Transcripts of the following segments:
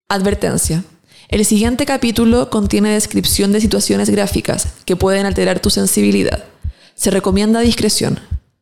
Advertencia. El siguiente capítulo contiene descripción de situaciones gráficas que pueden alterar tu sensibilidad. Se recomienda discreción.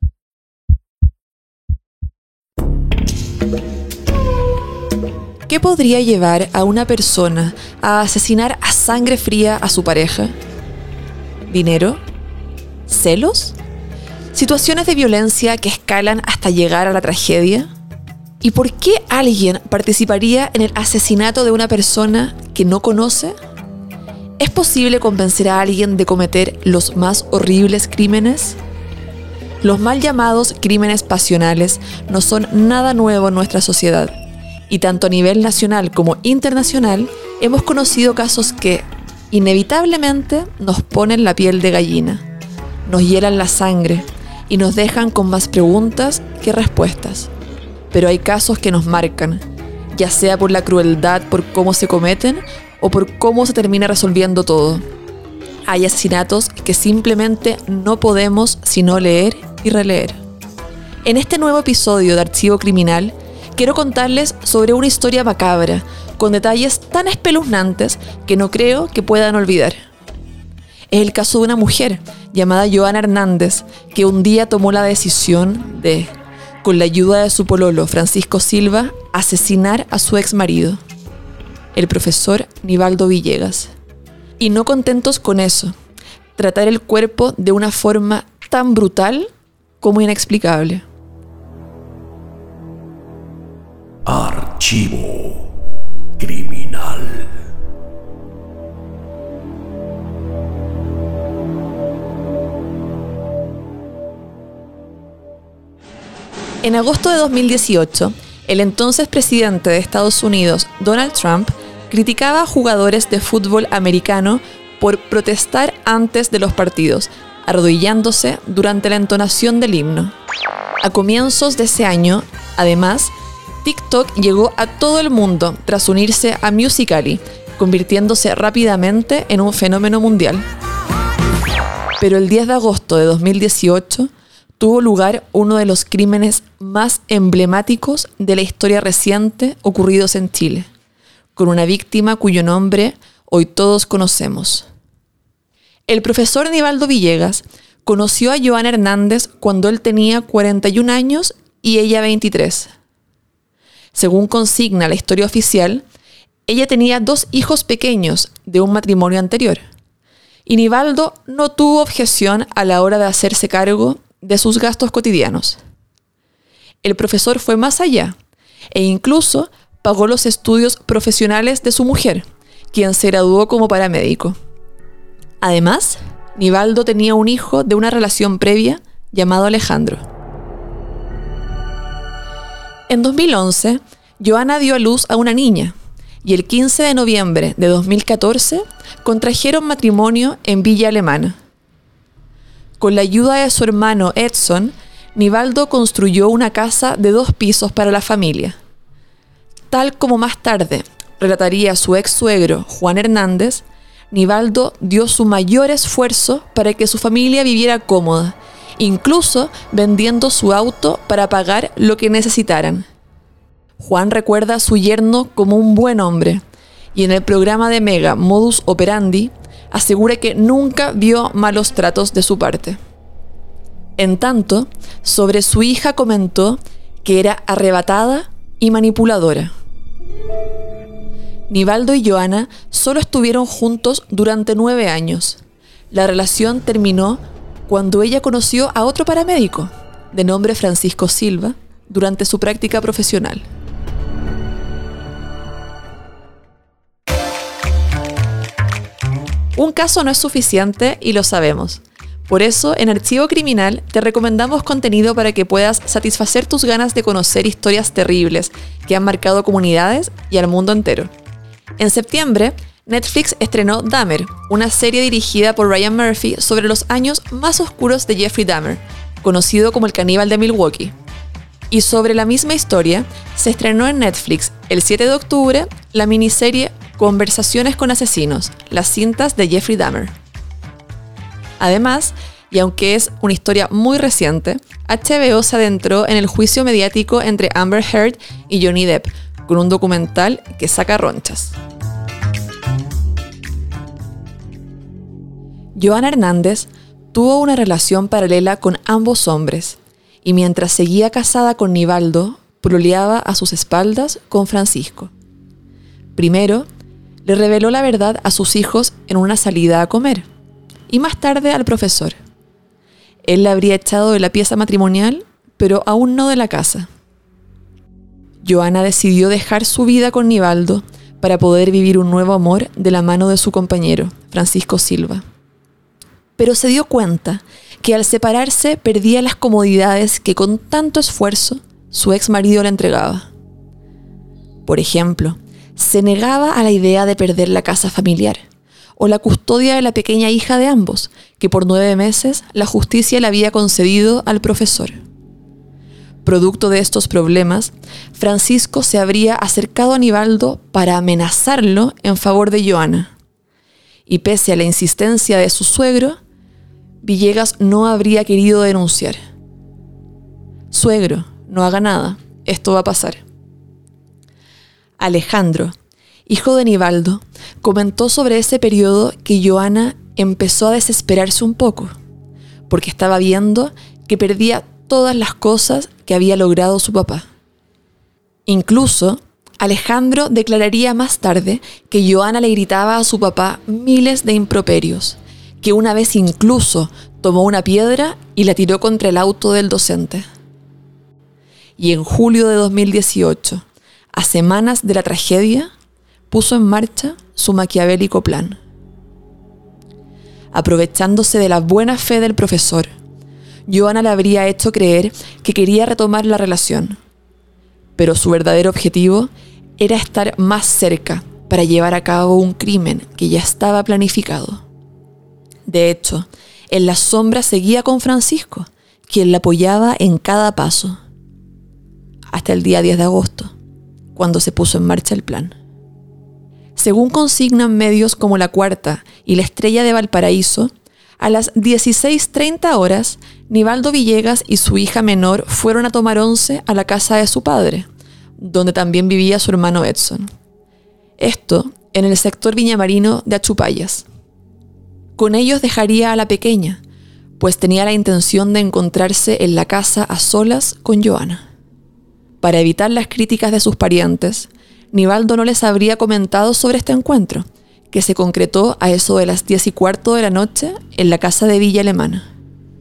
¿Qué podría llevar a una persona a asesinar a sangre fría a su pareja? ¿Dinero? ¿Celos? ¿Situaciones de violencia que escalan hasta llegar a la tragedia? ¿Y por qué alguien participaría en el asesinato de una persona que no conoce? ¿Es posible convencer a alguien de cometer los más horribles crímenes? Los mal llamados crímenes pasionales no son nada nuevo en nuestra sociedad, y tanto a nivel nacional como internacional hemos conocido casos que, inevitablemente, nos ponen la piel de gallina, nos hielan la sangre y nos dejan con más preguntas que respuestas. Pero hay casos que nos marcan, ya sea por la crueldad por cómo se cometen o por cómo se termina resolviendo todo. Hay asesinatos que simplemente no podemos sino leer y releer. En este nuevo episodio de Archivo Criminal, quiero contarles sobre una historia macabra, con detalles tan espeluznantes que no creo que puedan olvidar. Es el caso de una mujer llamada Johanna Hernández, que un día tomó la decisión de, con la ayuda de su pololo Francisco Silva, asesinar a su ex marido, el profesor Nivaldo Villegas. Y no contentos con eso, tratar el cuerpo de una forma tan brutal como inexplicable. Archivo Criminal. En agosto de 2018, el entonces presidente de Estados Unidos, Donald Trump, criticaba a jugadores de fútbol americano por protestar antes de los partidos, arrodillándose durante la entonación del himno. A comienzos de ese año, además, TikTok llegó a todo el mundo tras unirse a Musical.ly, convirtiéndose rápidamente en un fenómeno mundial. Pero el 10 de agosto de 2018 tuvo lugar uno de los crímenes más emblemáticos de la historia reciente ocurridos en Chile, con una víctima cuyo nombre hoy todos conocemos. El profesor Nivaldo Villegas conoció a Johanna Hernández cuando él tenía 41 años y ella 23. Según consigna la historia oficial, ella tenía 2 hijos pequeños de un matrimonio anterior, y Nivaldo no tuvo objeción a la hora de hacerse cargo de sus gastos cotidianos. El profesor fue más allá e incluso pagó los estudios profesionales de su mujer, quien se graduó como paramédico. Además, Nivaldo tenía un hijo de una relación previa llamado Alejandro. En 2011, Johanna dio a luz a una niña y el 15 de noviembre de 2014 contrajeron matrimonio en Villa Alemana. Con la ayuda de su hermano Edson, Nivaldo construyó una casa de 2 pisos para la familia. Tal como más tarde relataría su ex suegro, Juan Hernández, Nivaldo dio su mayor esfuerzo para que su familia viviera cómoda, incluso vendiendo su auto para pagar lo que necesitaran. Juan recuerda a su yerno como un buen hombre, y en el programa de Mega Modus Operandi asegura que nunca vio malos tratos de su parte. En tanto, sobre su hija comentó que era arrebatada y manipuladora. Nivaldo y Johanna solo estuvieron juntos durante 9 años. La relación terminó cuando ella conoció a otro paramédico, de nombre Francisco Silva, durante su práctica profesional. Un caso no es suficiente y lo sabemos. Por eso, en Archivo Criminal te recomendamos contenido para que puedas satisfacer tus ganas de conocer historias terribles que han marcado comunidades y al mundo entero. En septiembre, Netflix estrenó Dahmer, una serie dirigida por Ryan Murphy sobre los años más oscuros de Jeffrey Dahmer, conocido como el caníbal de Milwaukee. Y sobre la misma historia, se estrenó en Netflix el 7 de octubre la miniserie Conversaciones con asesinos, las cintas de Jeffrey Dahmer. Además, y aunque es una historia muy reciente, HBO se adentró en el juicio mediático entre Amber Heard y Johnny Depp, con un documental que saca ronchas. Joana Hernández tuvo una relación paralela con ambos hombres y mientras seguía casada con Nivaldo, pololeaba a sus espaldas con Francisco. Primero, le reveló la verdad a sus hijos en una salida a comer y más tarde al profesor. Él la habría echado de la pieza matrimonial, pero aún no de la casa. Joana decidió dejar su vida con Nivaldo para poder vivir un nuevo amor de la mano de su compañero, Francisco Silva. Pero se dio cuenta que al separarse perdía las comodidades que con tanto esfuerzo su ex marido le entregaba. Por ejemplo, se negaba a la idea de perder la casa familiar o la custodia de la pequeña hija de ambos, que por 9 meses la justicia le había concedido al profesor. Producto de estos problemas, Francisco se habría acercado a Nivaldo para amenazarlo en favor de Joana. Y pese a la insistencia de su suegro, Villegas no habría querido denunciar. Suegro, no haga nada, esto va a pasar. Alejandro, hijo de Nivaldo, comentó sobre ese periodo que Joana empezó a desesperarse un poco, porque estaba viendo que perdía todas las cosas que había logrado su papá. Incluso, Alejandro declararía más tarde que Joana le gritaba a su papá miles de improperios, que una vez incluso tomó una piedra y la tiró contra el auto del docente. Y en julio de 2018, a semanas de la tragedia, puso en marcha su maquiavélico plan. Aprovechándose de la buena fe del profesor, Joana le habría hecho creer que quería retomar la relación, pero su verdadero objetivo era estar más cerca para llevar a cabo un crimen que ya estaba planificado. De hecho, en la sombra seguía con Francisco, quien la apoyaba en cada paso, hasta el día 10 de agosto, cuando se puso en marcha el plan. Según consignan medios como La Cuarta y La Estrella de Valparaíso, a las 16:30 horas, Nivaldo Villegas y su hija menor fueron a tomar once a la casa de su padre, donde también vivía su hermano Edson. Esto en el sector viñamarino de Achupallas. Con ellos dejaría a la pequeña, pues tenía la intención de encontrarse en la casa a solas con Joana. Para evitar las críticas de sus parientes, Nivaldo no les habría comentado sobre este encuentro, que se concretó a eso de las 10:15 de la noche en la casa de Villa Alemana.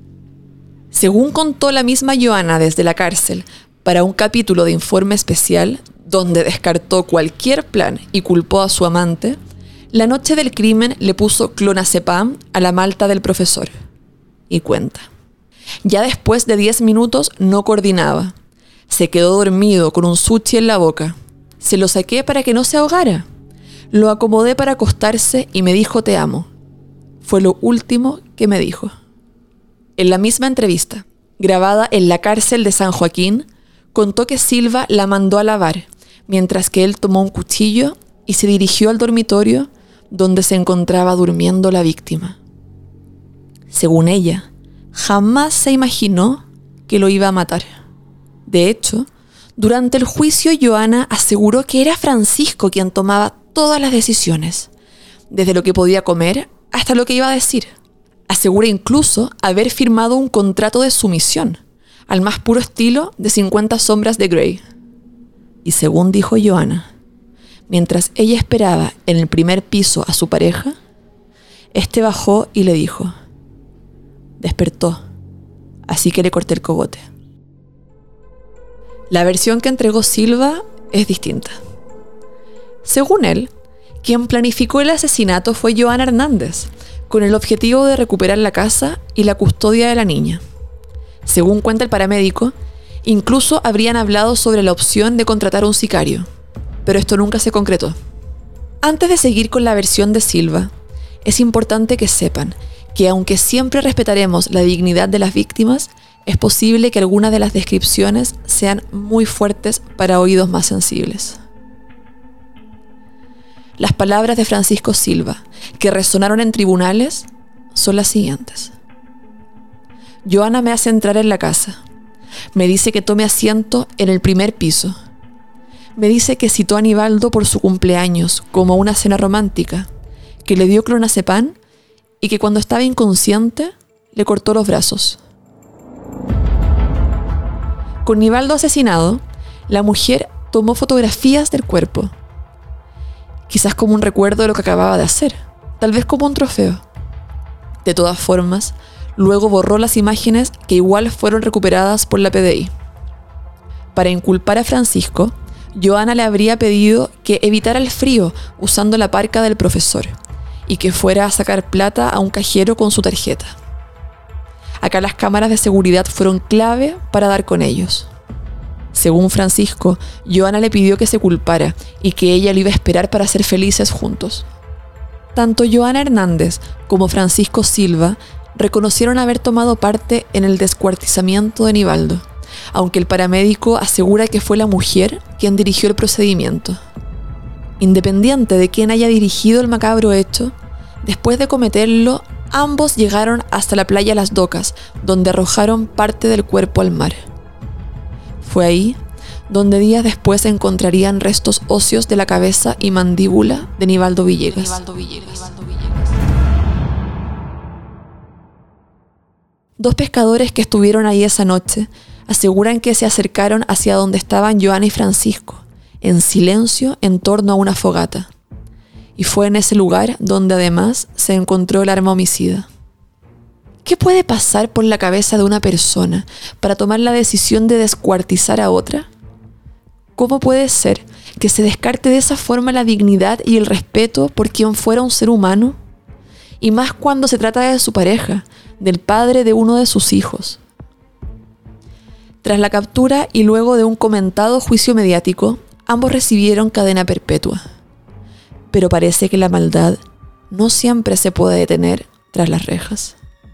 Según contó la misma Joana desde la cárcel para un capítulo de Informe Especial, donde descartó cualquier plan y culpó a su amante, la noche del crimen le puso clonazepam a la malta del profesor. Y cuenta. Ya después de 10 minutos no coordinaba. Se quedó dormido con un sushi en la boca. Se lo saqué para que no se ahogara. Lo acomodé para acostarse y me dijo te amo. Fue lo último que me dijo. En la misma entrevista, grabada en la cárcel de San Joaquín, contó que Silva la mandó a lavar, mientras que él tomó un cuchillo y se dirigió al dormitorio donde se encontraba durmiendo la víctima. Según ella, jamás se imaginó que lo iba a matar. De hecho, durante el juicio Joana aseguró que era Francisco quien tomaba todas las decisiones, desde lo que podía comer hasta lo que iba a decir. Asegura incluso haber firmado un contrato de sumisión, al más puro estilo de 50 sombras de Grey. Y según dijo Joana, mientras ella esperaba en el primer piso a su pareja, este bajó y le dijo: despertó, así que le corté el cogote. La versión que entregó Silva es distinta. Según él, quien planificó el asesinato fue Joana Hernández, con el objetivo de recuperar la casa y la custodia de la niña. Según cuenta el paramédico, incluso habrían hablado sobre la opción de contratar un sicario, pero esto nunca se concretó. Antes de seguir con la versión de Silva, es importante que sepan que aunque siempre respetaremos la dignidad de las víctimas, es posible que algunas de las descripciones sean muy fuertes para oídos más sensibles. Las palabras de Francisco Silva, que resonaron en tribunales, son las siguientes. Joana me hace entrar en la casa. Me dice que tome asiento en el primer piso. Me dice que citó a Nivaldo por su cumpleaños como una cena romántica, que le dio clonazepam y que cuando estaba inconsciente le cortó los brazos. Con Nivaldo asesinado, la mujer tomó fotografías del cuerpo, quizás como un recuerdo de lo que acababa de hacer, tal vez como un trofeo. De todas formas, luego borró las imágenes que igual fueron recuperadas por la PDI. Para inculpar a Francisco, Joana le habría pedido que evitara el frío usando la parca del profesor y que fuera a sacar plata a un cajero con su tarjeta. Acá las cámaras de seguridad fueron clave para dar con ellos. Según Francisco, Joana le pidió que se culpara y que ella lo iba a esperar para ser felices juntos. Tanto Joana Hernández como Francisco Silva reconocieron haber tomado parte en el descuartizamiento de Nivaldo, aunque el paramédico asegura que fue la mujer quien dirigió el procedimiento. Independiente de quién haya dirigido el macabro hecho, después de cometerlo, ambos llegaron hasta la playa Las Docas, donde arrojaron parte del cuerpo al mar. Fue ahí donde días después se encontrarían restos óseos de la cabeza y mandíbula de Nivaldo Villegas. Dos pescadores que estuvieron ahí esa noche aseguran que se acercaron hacia donde estaban Joana y Francisco, en silencio en torno a una fogata. Y fue en ese lugar donde además se encontró el arma homicida. ¿Qué puede pasar por la cabeza de una persona para tomar la decisión de descuartizar a otra? ¿Cómo puede ser que se descarte de esa forma la dignidad y el respeto por quien fuera un ser humano? Y más cuando se trata de su pareja, del padre de uno de sus hijos. Tras la captura y luego de un comentado juicio mediático, ambos recibieron cadena perpetua. Pero parece que la maldad no siempre se puede detener tras las rejas.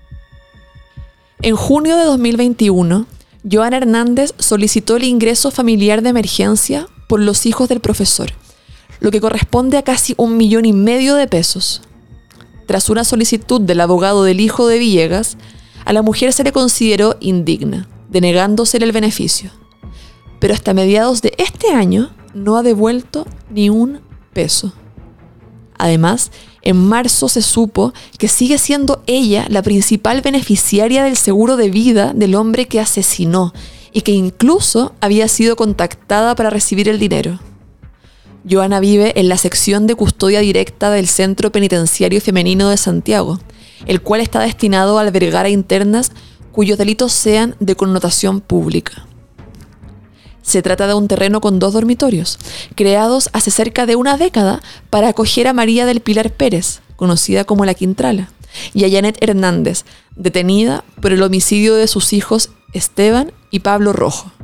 En junio de 2021, Joana Hernández solicitó el ingreso familiar de emergencia por los hijos del profesor, lo que corresponde a casi 1,5 millones de pesos. Tras una solicitud del abogado del hijo de Villegas, a la mujer se le consideró indigna, denegándosele el beneficio. Pero hasta mediados de este año no ha devuelto ni un peso. Además, en marzo se supo que sigue siendo ella la principal beneficiaria del seguro de vida del hombre que asesinó y que incluso había sido contactada para recibir el dinero. Joana vive en la sección de custodia directa del Centro Penitenciario Femenino de Santiago, el cual está destinado a albergar a internas cuyos delitos sean de connotación pública. Se trata de un terreno con 2 dormitorios, creados hace cerca de una década para acoger a María del Pilar Pérez, conocida como La Quintrala, y a Janet Hernández, detenida por el homicidio de sus hijos Esteban y Pablo Rojo.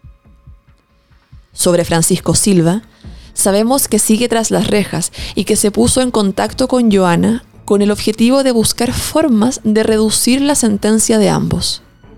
Sobre Francisco Silva, sabemos que sigue tras las rejas y que se puso en contacto con Joana con el objetivo de buscar formas de reducir la sentencia de ambos.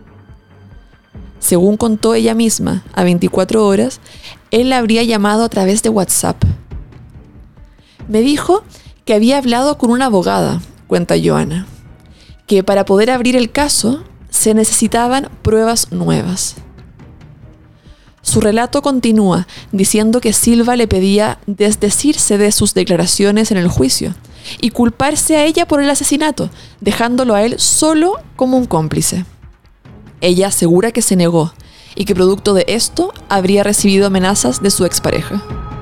Según contó ella misma, a 24 horas, él la habría llamado a través de WhatsApp. Me dijo que había hablado con una abogada, cuenta Joana, que para poder abrir el caso se necesitaban pruebas nuevas. Su relato continúa diciendo que Silva le pedía desdecirse de sus declaraciones en el juicio y culparse a ella por el asesinato, dejándolo a él solo como un cómplice. Ella asegura que se negó y que producto de esto habría recibido amenazas de su expareja.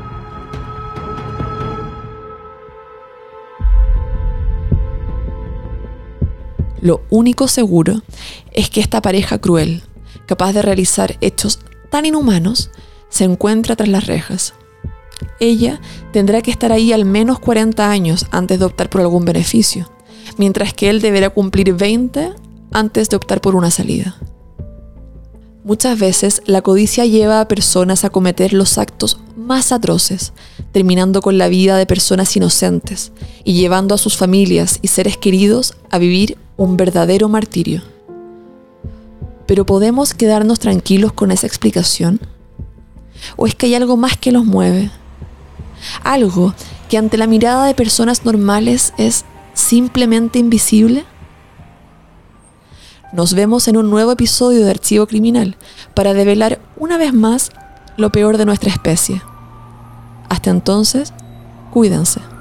Lo único seguro es que esta pareja cruel, capaz de realizar hechos tan inhumanos, se encuentra tras las rejas. Ella tendrá que estar ahí al menos 40 años antes de optar por algún beneficio, mientras que él deberá cumplir 20 antes de optar por una salida. Muchas veces la codicia lleva a personas a cometer los actos más atroces, terminando con la vida de personas inocentes y llevando a sus familias y seres queridos a vivir un verdadero martirio. ¿Pero podemos quedarnos tranquilos con esa explicación? ¿O es que hay algo más que los mueve? Algo que ante la mirada de personas normales es simplemente invisible. Nos vemos en un nuevo episodio de Archivo Criminal para develar una vez más lo peor de nuestra especie, Hasta entonces, cuídense.